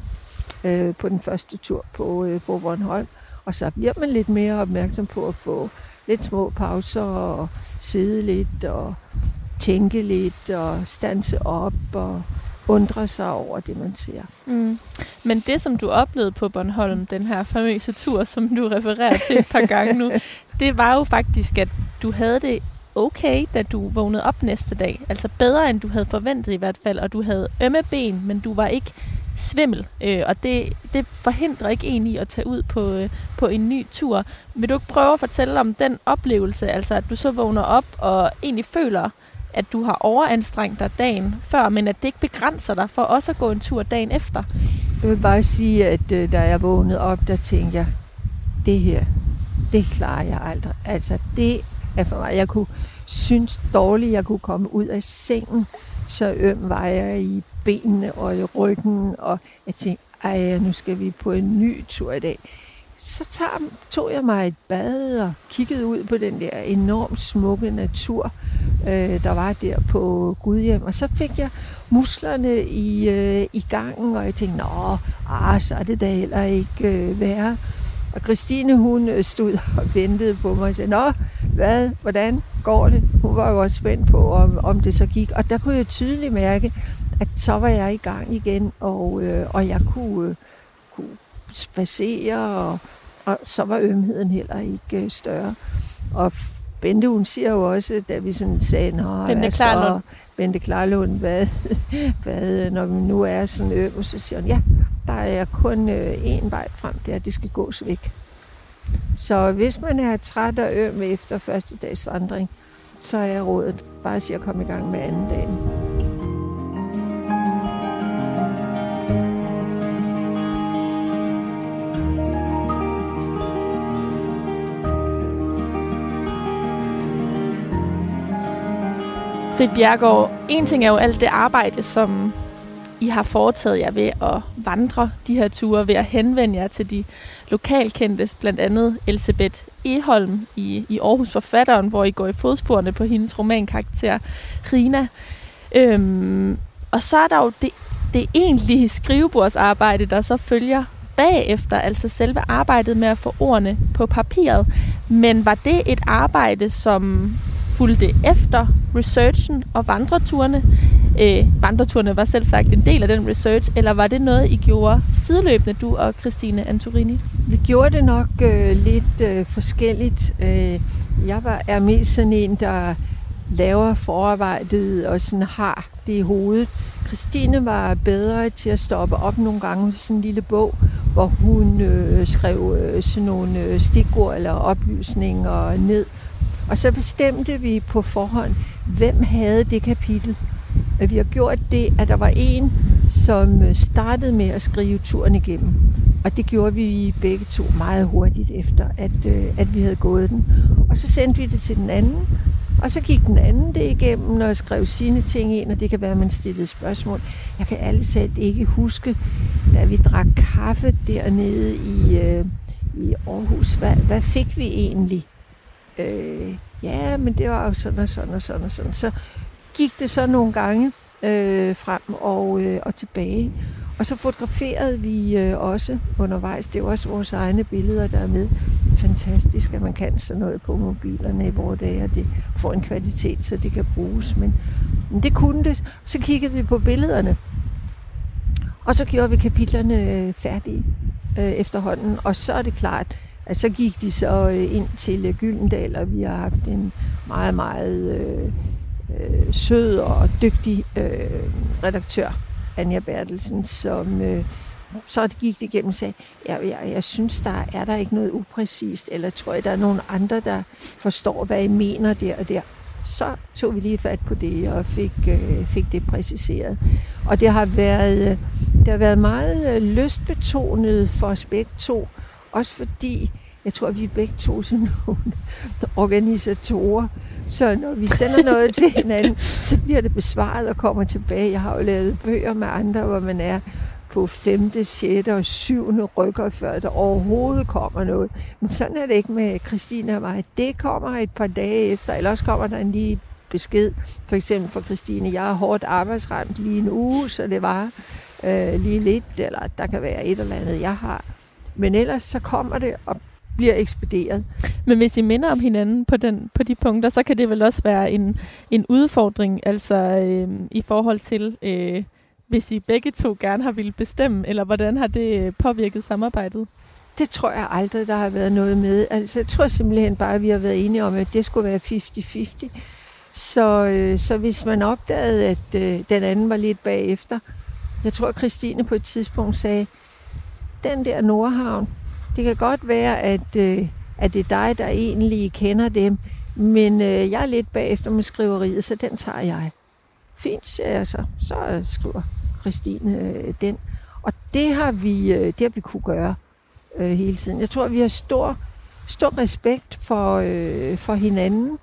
S2: på den første tur på Bornholm. Og så bliver man lidt mere opmærksom på at få lidt små pauser og sidde lidt og tænke lidt og standse op og undre sig over det, man ser.
S1: Mm. Men det, som du oplevede på Bornholm, den her famøse tur, som du refererer til et par gange nu, det var jo faktisk, at du havde det okay, da du vågnede op næste dag. Altså bedre, end du havde forventet i hvert fald, og du havde ømme ben, men du var ikke svimmel. Og det forhindrer ikke en i at tage ud på en ny tur. Vil du ikke prøve at fortælle om den oplevelse, altså at du så vågner op og egentlig føler, at du har overanstrengt dig dagen før, men at det ikke begrænser dig for også at gå en tur dagen efter?
S2: Jeg vil bare sige, at da jeg vågnede op, der tænkte jeg, det her, det klarer jeg aldrig. Altså, det er for mig. Jeg kunne synes dårligt, jeg kunne komme ud af sengen, så øm var jeg i benene og i ryggen, og jeg tænkte, nu skal vi på en ny tur i dag. Så tog jeg mig et bad og kiggede ud på den der enormt smukke natur, der var der på Gudhjem. Og så fik jeg musklerne i gangen, og jeg tænkte, så er det da heller ikke værre. Og Christine, hun stod og ventede på mig og sagde, hvordan går det? Hun var jo også spændt på, om det så gik. Og der kunne jeg tydeligt mærke, at så var jeg i gang igen, og jeg kunne spacere, og så var ømheden heller ikke større. Og Bente, hun siger jo også, da vi sådan sagde, Bente Klarlund, hvad, når vi nu er sådan øm, så siger hun, ja, der er kun én vej frem, det skal gås væk. Så hvis man er træt og øm efter første dags vandring, så er rådet bare at komme i gang med anden dagen.
S1: Ritt Bjerregaard, en ting er jo alt det arbejde, som I har foretaget jer ved at vandre de her ture, ved at henvende jer til de lokalkendte, blandt andet Elsebeth Egholm i Aarhus, forfatteren, hvor I går i fodsporene på hendes romankarakter Rina. Og så er der jo det egentlige skrivebordsarbejde, der så følger bagefter, altså selve arbejdet med at få ordene på papiret. Men var det et arbejde, som fulgte efter researchen og vandreturene? Vandreturene var selv sagt en del af den research, eller var det noget, I gjorde sideløbende, du og Christine Antorini?
S2: Vi gjorde det nok lidt forskelligt. Jeg er mest sådan en, der laver forarbejdet og sådan har det i hovedet. Christine var bedre til at stoppe op nogle gange med sådan en lille bog, hvor hun skrev sådan nogle stikord eller oplysninger ned. Og så bestemte vi på forhånd, hvem havde det kapitel. Vi har gjort det, at der var en, som startede med at skrive turen igennem. Og det gjorde vi begge to meget hurtigt efter, at vi havde gået den. Og så sendte vi det til den anden. Og så gik den anden det igennem og skrev sine ting ind, og det kan være, at man stillede spørgsmål. Jeg kan ærligt talt ikke huske, da vi drak kaffe dernede i Aarhus. Hvad fik vi egentlig? Ja, men det var jo sådan og sådan og sådan og sådan. Så gik det så nogle gange frem og tilbage. Og så fotograferede vi også undervejs. Det er også vores egne billeder, der er med. Fantastisk, at man kan sådan noget på mobilerne i vores dage, og det får en kvalitet, så det kan bruges. Men det kunne det. Så kiggede vi på billederne, og så gjorde vi kapitlerne færdige efterhånden. Og så er det klart, at så gik de så ind til Gyldendal, og vi har haft en meget, meget sød og dygtig redaktør, Anja Bertelsen, som så gik det igennem og sagde, jeg synes, der er ikke noget upræcist, eller tror jeg, der er nogen andre, der forstår, hvad I mener der og der. Så tog vi lige fat på det og fik det præciseret. Og det har været meget lystbetonet for os begge to, også fordi jeg tror, at vi er begge to sådan nogle organisatorer. Så når vi sender noget til hinanden, så bliver det besvaret og kommer tilbage. Jeg har jo lavet bøger med andre, hvor man er på 5., 6. og 7. rykker, før der overhovedet kommer noget. Men sådan er det ikke med Christine og mig. Det kommer et par dage efter, eller også kommer der en lige besked. For eksempel for Christine, jeg er hårdt arbejdsramt lige en uge, så det var lige lidt, eller der kan være et eller andet, jeg har. Men ellers så kommer det og bliver ekspederet.
S1: Men hvis I minder om hinanden på de punkter, så kan det vel også være en udfordring, altså i forhold til, hvis I begge to gerne har ville bestemme, eller hvordan har det påvirket samarbejdet?
S2: Det tror jeg aldrig, der har været noget med. Altså, jeg tror simpelthen bare, at vi har været enige om, at det skulle være 50-50. Så hvis man opdagede, at den anden var lidt bagefter, jeg tror, at Christine på et tidspunkt sagde, den der Nordhavn, det kan godt være, at det er dig, der egentlig kender dem, men jeg er lidt bagefter med skriveriet, så den tager jeg. Fint, siger jeg så. Så skriver Christine den. Og det har vi kunne gøre hele tiden. Jeg tror, vi har stor respekt for hinanden.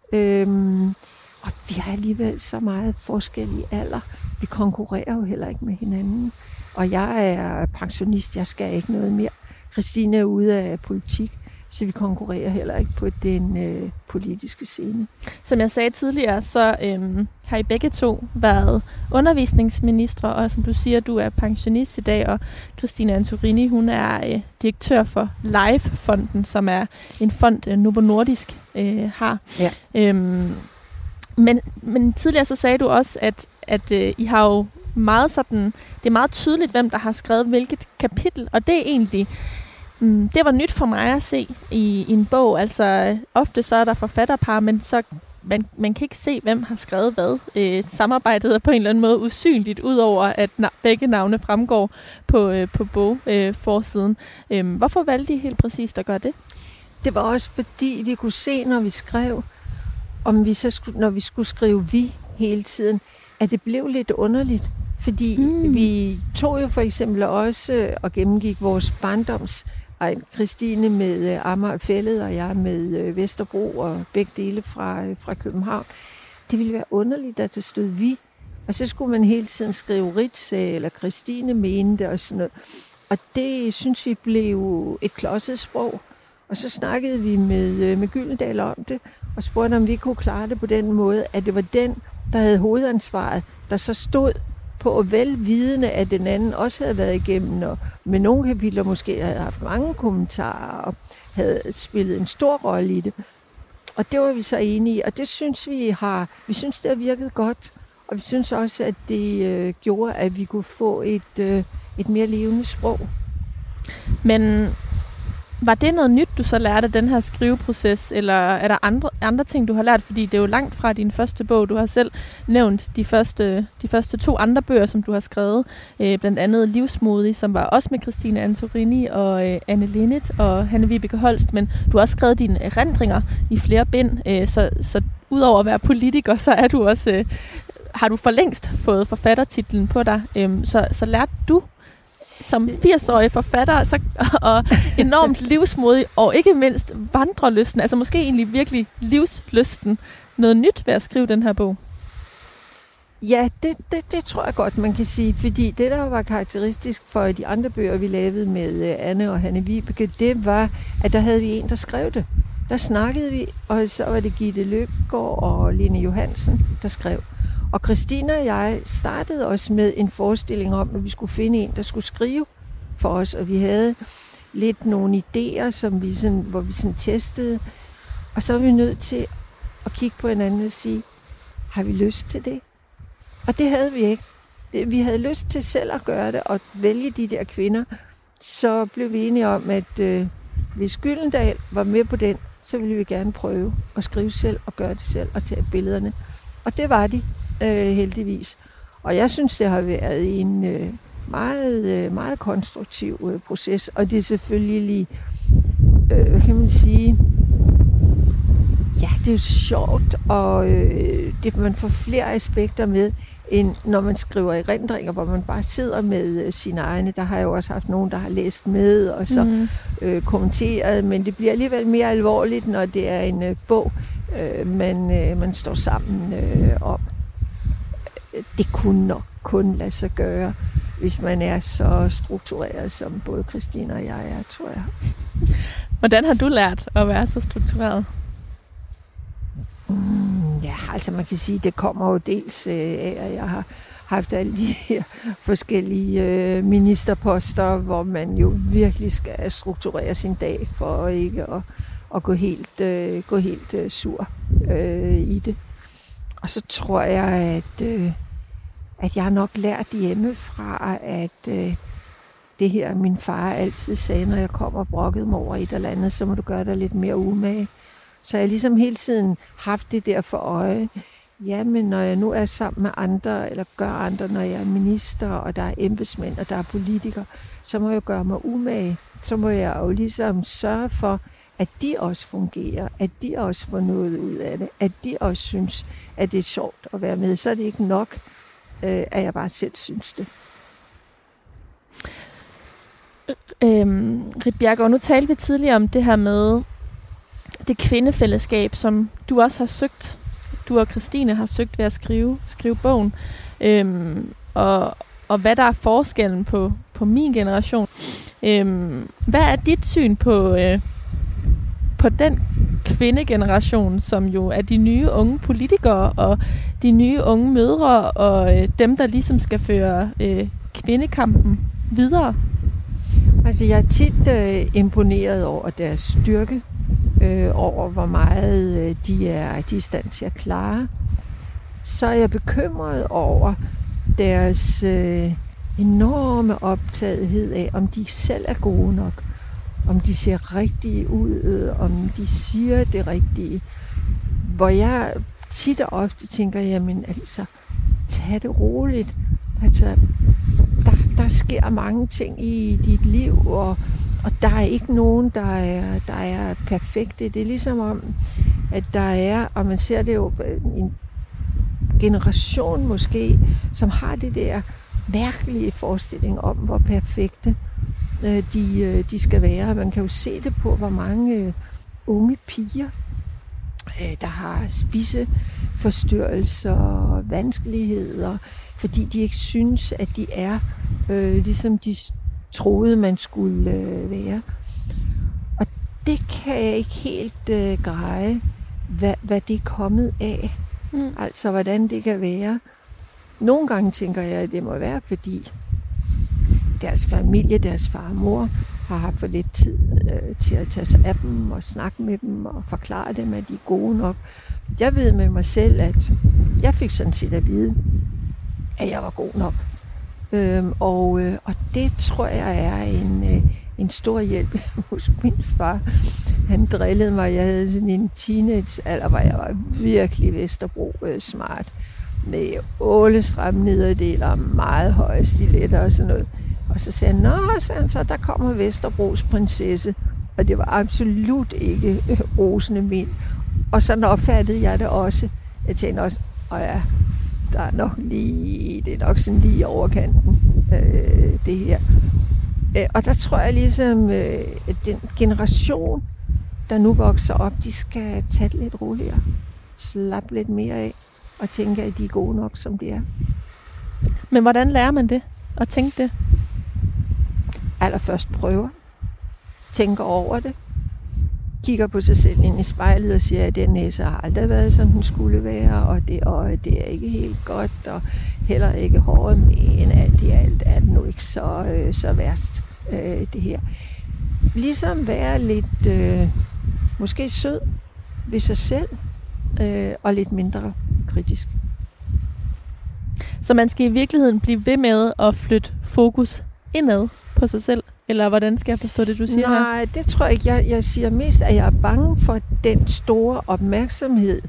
S2: Og vi har alligevel så meget forskellige alder. Vi konkurrerer jo heller ikke med hinanden. Og jeg er pensionist, jeg skal ikke noget mere. Christine er ude af politik, så vi konkurrerer heller ikke på den politiske scene.
S1: Som jeg sagde tidligere, så har I begge to været undervisningsministre, og som du siger, du er pensionist i dag, og Christine Antorini, hun er direktør for LIFE-fonden, som er en fond, Novo Nordisk har. Ja. Men tidligere så sagde du også, at I har jo meget sådan, det er meget tydeligt, hvem der har skrevet hvilket kapitel, og det er egentlig, det var nyt for mig at se i en bog. Altså ofte så er der forfatterpar, men så man kan ikke se, hvem har skrevet hvad. Samarbejdet er på en eller anden måde usynligt, udover at begge navne fremgår på bogforsiden. Hvorfor valgte I helt præcist at gøre det?
S2: Det var også fordi, vi kunne se, når vi skrev, når vi skulle skrive vi hele tiden, at det blev lidt underligt. Fordi vi tog jo for eksempel også og gennemgik vores barndoms. Christine med Amager Fælled, og jeg med Vesterbro, og begge dele fra København. Det ville være underligt, at det stod vi. Og så skulle man hele tiden skrive Ritz eller Christine mente og sådan noget. Og det synes vi blev et klodset sprog. Og så snakkede vi med Gyldendal om det, og spurgte, om vi kunne klare det på den måde, at det var den, der havde hovedansvaret, der så stod på velvidende, at den anden også havde været igennem, og med nogle kapitler måske havde haft mange kommentarer, og havde spillet en stor rolle i det. Og det var vi så enige i, og det synes vi synes, det har virket godt, og vi synes også, at det gjorde, at vi kunne få et mere levende sprog.
S1: Men Var det noget nyt, du så lærte af den her skriveproces, eller er der andre ting, du har lært? Fordi det er jo langt fra din første bog. Du har selv nævnt de første 2 andre bøger, som du har skrevet. Blandt andet Livsmodig, som var også med Christine Antorini og Anne Linnet og Hanne-Vibeke Holst. Men du har også skrevet dine erindringer i flere bind. Så udover at være politiker, så er du også, har du for længst fået forfattertitlen på dig. Så lærte du som 80-årig forfatter og enormt livsmodig, og ikke mindst vandrelysten, altså måske egentlig virkelig livslysten, noget nyt ved at skrive den her bog?
S2: Ja, det tror jeg godt, man kan sige, fordi det, der var karakteristisk for de andre bøger, vi lavede med Anne og Hanne-Vibeke, det var, at der havde vi en, der skrev det. Der snakkede vi, og så var det Gitte Løkkegaard og Lene Johansen, der skrev. Og Christine og jeg startede også med en forestilling om, at vi skulle finde en, der skulle skrive for os. Og vi havde lidt nogle idéer, hvor vi testede. Og så var vi nødt til at kigge på hinanden og sige, har vi lyst til det? Og det havde vi ikke. Vi havde lyst til selv at gøre det og vælge de der kvinder. Så blev vi enige om, at hvis Gyldendal var med på den, så ville vi gerne prøve at skrive selv og gøre det selv og tage billederne. Og det var de. Heldigvis. Og jeg synes, det har været en meget, meget konstruktiv proces, og det er selvfølgelig, kan man sige, ja, det er jo sjovt, og man får flere aspekter med, end når man skriver erindringer, hvor man bare sidder med sine egne. Der har jeg jo også haft nogen, der har læst med, og så kommenteret, men det bliver alligevel mere alvorligt, når det er en bog, man står sammen om. Det kunne nok kun lade sig gøre, hvis man er så struktureret, som både Christine og jeg er, tror jeg.
S1: Hvordan har du lært at være så struktureret?
S2: Ja, altså man kan sige, det kommer jo dels af, at jeg har haft alle de her forskellige ministerposter, hvor man jo virkelig skal strukturere sin dag for ikke at gå helt sur i det. Og så tror jeg, at jeg har nok lært hjemmefra, at det her, min far altid sagde, når jeg kom og brokkede mig over et eller andet, så må du gøre dig lidt mere umage. Så jeg har ligesom hele tiden haft det der for øje. Ja, men når jeg nu er sammen med andre, eller gør andre, når jeg er minister, og der er embedsmænd, og der er politikere, så må jeg gøre mig umage. Så må jeg jo ligesom sørge for, at de også fungerer, at de også får noget ud af det, at de også synes, at det er sjovt at være med. Så er det ikke nok, at jeg bare selv synes det.
S1: Ritt Bjerregaard, nu talte vi tidligere om det her med det kvindefællesskab, som du også har søgt. Du og Christine har søgt ved at skrive bogen. Og hvad der er forskellen på min generation. Hvad er dit syn på den kvindegeneration, som jo er de nye unge politikere og de nye unge mødre og dem, der ligesom skal føre kvindekampen videre?
S2: Altså, jeg er tit imponeret over deres styrke, over hvor meget de er i stand til at klare. Så er jeg bekymret over deres enorme optagethed af, om de selv er gode nok, om de ser rigtige ud, om de siger det rigtige. Hvor jeg tit og ofte tænker, jamen altså, tag det roligt. Altså, der sker mange ting i dit liv, og der er ikke nogen, der er perfekte. Det er ligesom om, at der er, og man ser det jo en generation måske, som har det der mærkelige forestilling om, hvor perfekte de skal være. Man kan jo se det på, hvor mange unge piger, der har spiseforstyrrelser og vanskeligheder, fordi de ikke synes, at de er ligesom de troede, man skulle være. Og det kan jeg ikke helt greje, hvad det er kommet af. Altså, hvordan det kan være. Nogle gange tænker jeg, at det må være, fordi deres familie, deres far og mor, har haft for lidt tid til at tage sig af dem og snakke med dem og forklare dem, at de er gode nok. Jeg ved med mig selv, at jeg fik sådan set at vide, at jeg var god nok. Og det tror jeg er en stor hjælp hos min far. Han drillede mig. Jeg havde sådan en teenage-alder, hvor jeg var virkelig Vesterbro smart. Med ålestramme nederdel og meget høje stiletter og sådan noget. Og så sagde han, nå, sagde han, så der kommer Vesterbros prinsesse. Og det var absolut ikke rosende min. Og sådan opfattede jeg det også. Jeg tænkte også, ja, det er nok sådan lige overkanten, det her. Og der tror jeg ligesom, at den generation, der nu vokser op, de skal tage det lidt roligere. Slappe lidt mere af og tænke, at de er gode nok, som de er.
S1: Men hvordan lærer man det? At tænke det?
S2: Allerførst prøver. Tænker over det. Kigger på sig selv ind i spejlet og siger, at den næse har aldrig været, som den skulle være, og det er ikke helt godt, og heller ikke hårdt, men alt i alt er det nu ikke så værst, det her. Ligesom være lidt, måske sød ved sig selv, og lidt mindre kritisk.
S1: Så man skal i virkeligheden blive ved med at flytte fokus indad på sig selv? Eller hvordan skal jeg forstå det, du siger her?
S2: Nej, det tror jeg ikke. Jeg siger mest, at jeg er bange for den store opmærksomhed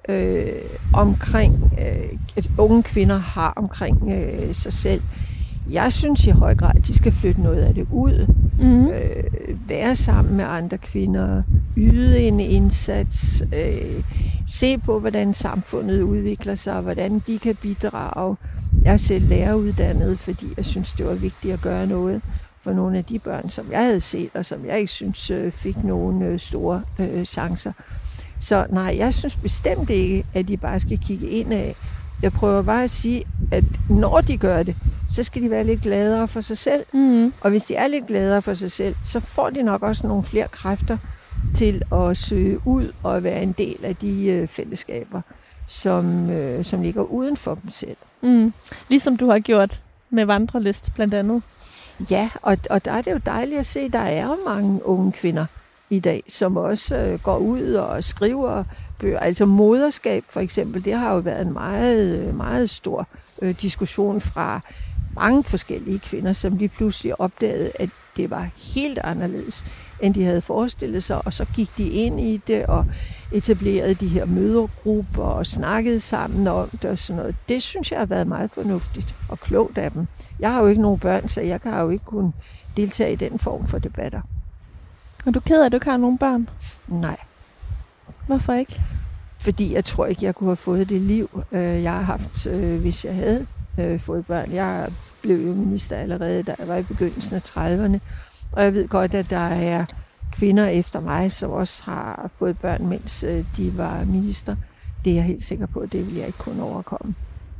S2: omkring, at unge kvinder har omkring sig selv. Jeg synes i høj grad, at de skal flytte noget af det ud. Mm-hmm. Være sammen med andre kvinder. Yde en indsats. Se på, hvordan samfundet udvikler sig, og hvordan de kan bidrage. Jeg er selv læreruddannet, fordi jeg synes, det var vigtigt at gøre noget for nogle af de børn, som jeg havde set, og som jeg ikke synes fik nogle store chancer. Så nej, jeg synes bestemt ikke, at de bare skal kigge indad. Jeg prøver bare at sige, at når de gør det, så skal de være lidt gladere for sig selv. Mm. Og hvis de er lidt gladere for sig selv, så får de nok også nogle flere kræfter til at søge ud og være en del af de fællesskaber, som ligger uden for dem selv.
S1: Mm. Ligesom du har gjort med Vandrelyst blandt andet.
S2: Ja, og der er det jo dejligt at se, at der er jo mange unge kvinder i dag, som også går ud og skriver bøger. Altså moderskab for eksempel, det har jo været en meget, meget stor diskussion fra mange forskellige kvinder, som lige pludselig opdagede, at det var helt anderledes, end de havde forestillet sig, og så gik de ind i det og etablerede de her mødergrupper og snakkede sammen om det og sådan noget. Det synes jeg har været meget fornuftigt og klogt af dem. Jeg har jo ikke nogen børn, så jeg kan jo ikke kunne deltage i den form for debatter.
S1: Er du ked af, at du ikke har nogen børn?
S2: Nej.
S1: Hvorfor ikke?
S2: Fordi jeg tror ikke, jeg kunne have fået det liv, jeg har haft, hvis jeg havde fået børn. Jeg blev jo minister allerede, da jeg var i begyndelsen af 30'erne. Og jeg ved godt, at der er kvinder efter mig, som også har fået børn, mens de var minister. Det er jeg helt sikker på, at det vil jeg ikke kunne overkomme.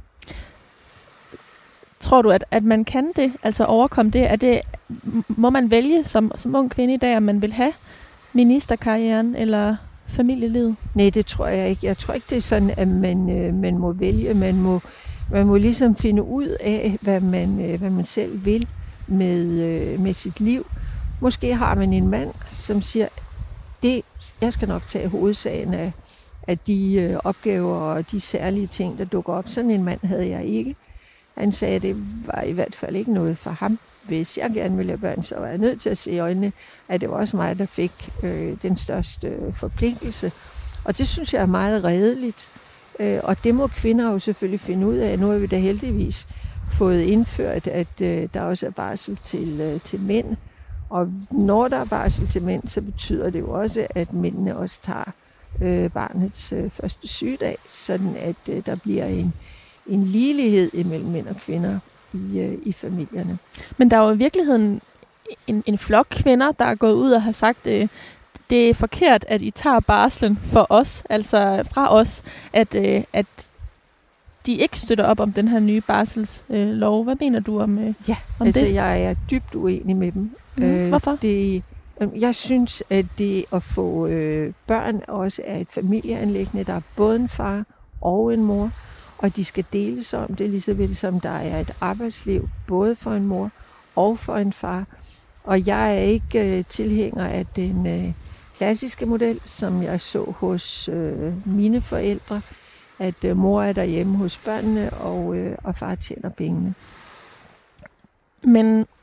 S1: Tror du, at man kan det, altså overkomme det? Må man vælge som ung kvinde i dag, om man vil have ministerkarrieren eller familielivet? Nej, det tror jeg ikke. Jeg tror ikke, det er sådan, at man må vælge. Man må ligesom finde ud af, hvad man selv vil med sit liv. Måske har man en mand, som siger, jeg skal nok tage hovedsagen af de opgaver og de særlige ting, der dukker op. Sådan en mand havde jeg ikke. Han sagde, at det var i hvert fald ikke noget for ham. Hvis jeg gerne ville have børn, så var jeg nødt til at se i øjnene, at det var også mig, der fik den største forpligtelse. Og det synes jeg er meget redeligt. Og det må kvinder jo selvfølgelig finde ud af. Nu har vi da heldigvis fået indført, at der også er barsel til mænd. Og når der er barsel til mænd, så betyder det jo også, at mændene også tager barnets første sygedag, sådan at der bliver en ligelighed imellem mænd og kvinder i familierne. Men der er jo i virkeligheden en flok kvinder, der er gået ud og har sagt, det er forkert, at I tager barslen for os, altså fra os, at de ikke støtter op om den her nye barselslov. Hvad mener du om det? Jeg er dybt uenig med dem. Hvorfor? Jeg synes, at det at få børn også er et familieanliggende. Der er både en far og en mor, og de skal deles om det, lige så vel som der er et arbejdsliv, både for en mor og for en far. Og jeg er ikke tilhænger af den klassiske model, som jeg så hos mine forældre, at mor er derhjemme hos børnene, og far tjener pengene. Men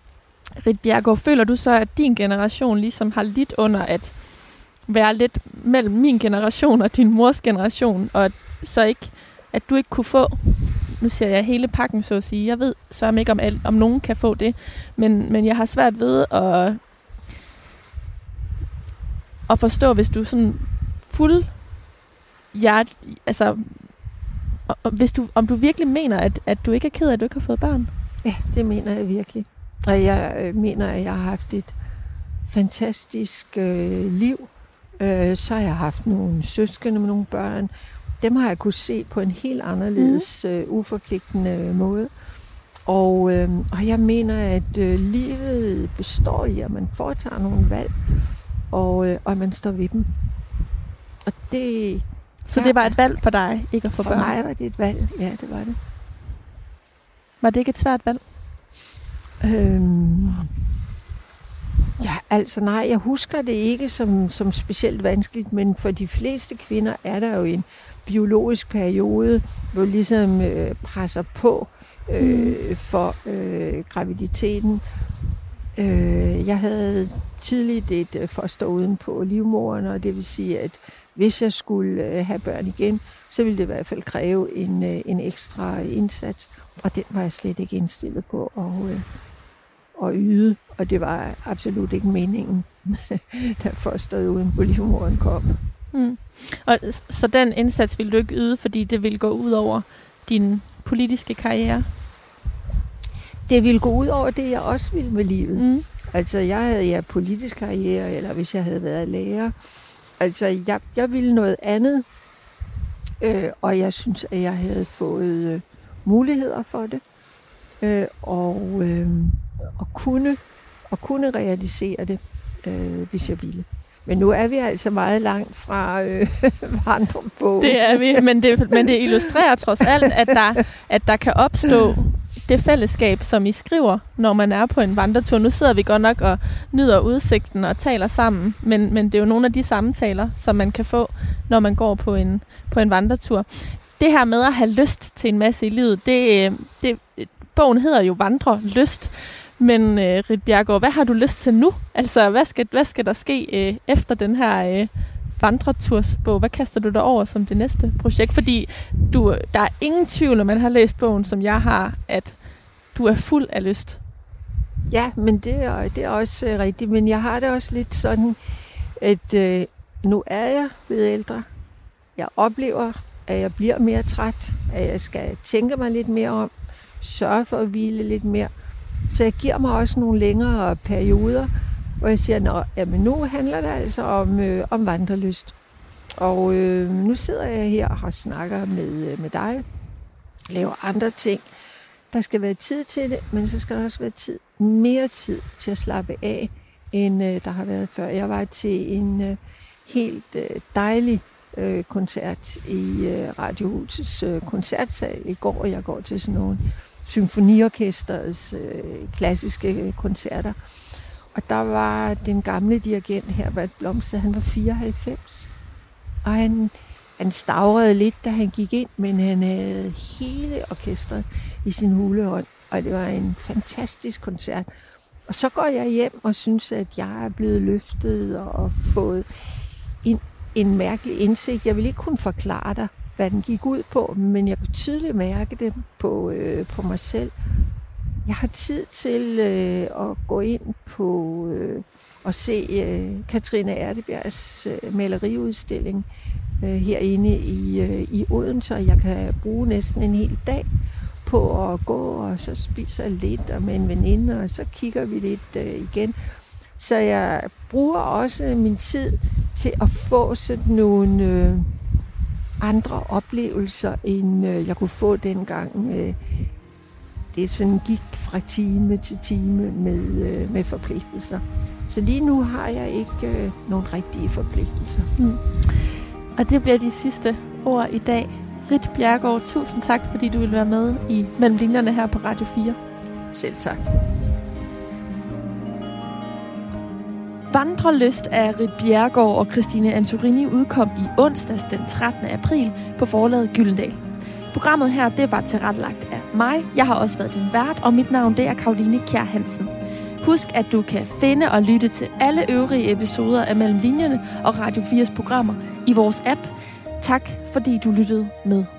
S1: Ritt Bjerregaard, føler du så, at din generation ligesom har lidt under at være lidt mellem min generation og din mors generation, og så ikke, at du ikke kunne få, nu siger jeg hele pakken, så at sige. Jeg ved så ikke, om nogen kan få det, men jeg har svært ved at forstå, hvis du sådan om du virkelig mener, at du ikke er ked af, at du ikke har fået børn.
S2: Ja, det mener jeg virkelig. Og jeg mener, at jeg har haft et fantastisk liv. Så har jeg haft nogle søskende med nogle børn. Dem har jeg kunne se på en helt anderledes uforpligtende måde. Og jeg mener, at livet består i, at man foretager nogle valg, og man står ved dem. Og det...
S1: Så det var et valg for dig, ikke at få børn?
S2: For mig var det et valg, ja, det var det.
S1: Var det ikke et svært valg?
S2: Ja, altså nej, jeg husker det ikke som specielt vanskeligt, men for de fleste kvinder er der jo en biologisk periode, hvor ligesom presser på for graviditeten. Jeg havde tidligt et foster uden på livmoderen, og det vil sige, at hvis jeg skulle have børn igen, så ville det i hvert fald kræve en ekstra indsats, og den var jeg slet ikke indstillet på at yde, og det var absolut ikke meningen, da fosteret uden på livmoderen kom.
S1: Og så den indsats ville du ikke yde, fordi det ville gå ud over din politiske karriere?
S2: Det ville gå ud over det, jeg også ville med livet. Altså, jeg havde politisk karriere, eller hvis jeg havde været lærer. Altså, jeg ville noget andet, og jeg synes, at jeg havde fået muligheder for det, og kunne realisere det, hvis jeg ville. Men nu er vi altså meget langt fra vandrebogen.
S1: Det er vi, men det illustrerer trods alt, at der kan opstå det fællesskab, som I skriver, når man er på en vandretur. Nu sidder vi godt nok og nyder udsigten og taler sammen, men det er jo nogle af de samtaler, som man kan få, når man går på en vandretur. Det her med at have lyst til en masse i livet, bogen hedder jo Vandrelyst. Men Ritt Bjerregaard, hvad har du lyst til nu? Altså, hvad skal der ske efter den her vandretursbog? Hvad kaster du dig over som det næste projekt? Fordi der er ingen tvivl, når man har læst bogen, som jeg har, at du er fuld af lyst.
S2: Ja, men det er også rigtigt. Men jeg har det også lidt sådan, at nu er jeg blevet ældre. Jeg oplever, at jeg bliver mere træt, at jeg skal tænke mig lidt mere om, sørge for at hvile lidt mere. Så jeg giver mig også nogle længere perioder, hvor jeg siger, nu handler det altså om vandrelyst. Og nu sidder jeg her og snakker med dig, laver andre ting. Der skal være tid til det, men så skal der også være mere tid til at slappe af, end der har været før. Jeg var til en helt dejlig koncert i Radiohusets koncertsal i går, og jeg går til sådan nogle symfoniorkesterets klassiske koncerter. Og der var den gamle dirigent Herbert Blomstedt, han var 94. Og han stavrede lidt, da han gik ind, men han havde hele orkestret i sin hulehånd. Og det var en fantastisk koncert. Og så går jeg hjem og synes, at jeg er blevet løftet og fået en mærkelig indsigt. Jeg vil ikke kunne forklare dig, hvad den gik ud på, men jeg kunne tydeligt mærke det på mig selv. Jeg har tid til at gå ind på og se Katrine Erdebjergs maleriudstilling herinde i Odense, og jeg kan bruge næsten en hel dag på at gå, og så spiser lidt og med en veninde, og så kigger vi lidt igen. Så jeg bruger også min tid til at få sådan nogle andre oplevelser, end jeg kunne få dengang. Det sådan gik fra time til time med forpligtelser. Så lige nu har jeg ikke nogen rigtige forpligtelser.
S1: Og det bliver de sidste ord i dag. Ritt Bjerregaard, tusind tak, fordi du vil være med i Mellem Linjerne her på Radio 4.
S2: Selv tak.
S1: Vandrelyst af Ritt Bjerregaard og Christine Antorini udkom i onsdags den 13. april på forlaget Gyldendal. Programmet her, det var tilrettelagt af mig. Jeg har også været din vært, og mit navn det er Karoline Kjær Hansen. Husk, at du kan finde og lytte til alle øvrige episoder af Mellem Linjerne og Radio 4's programmer i vores app. Tak fordi du lyttede med.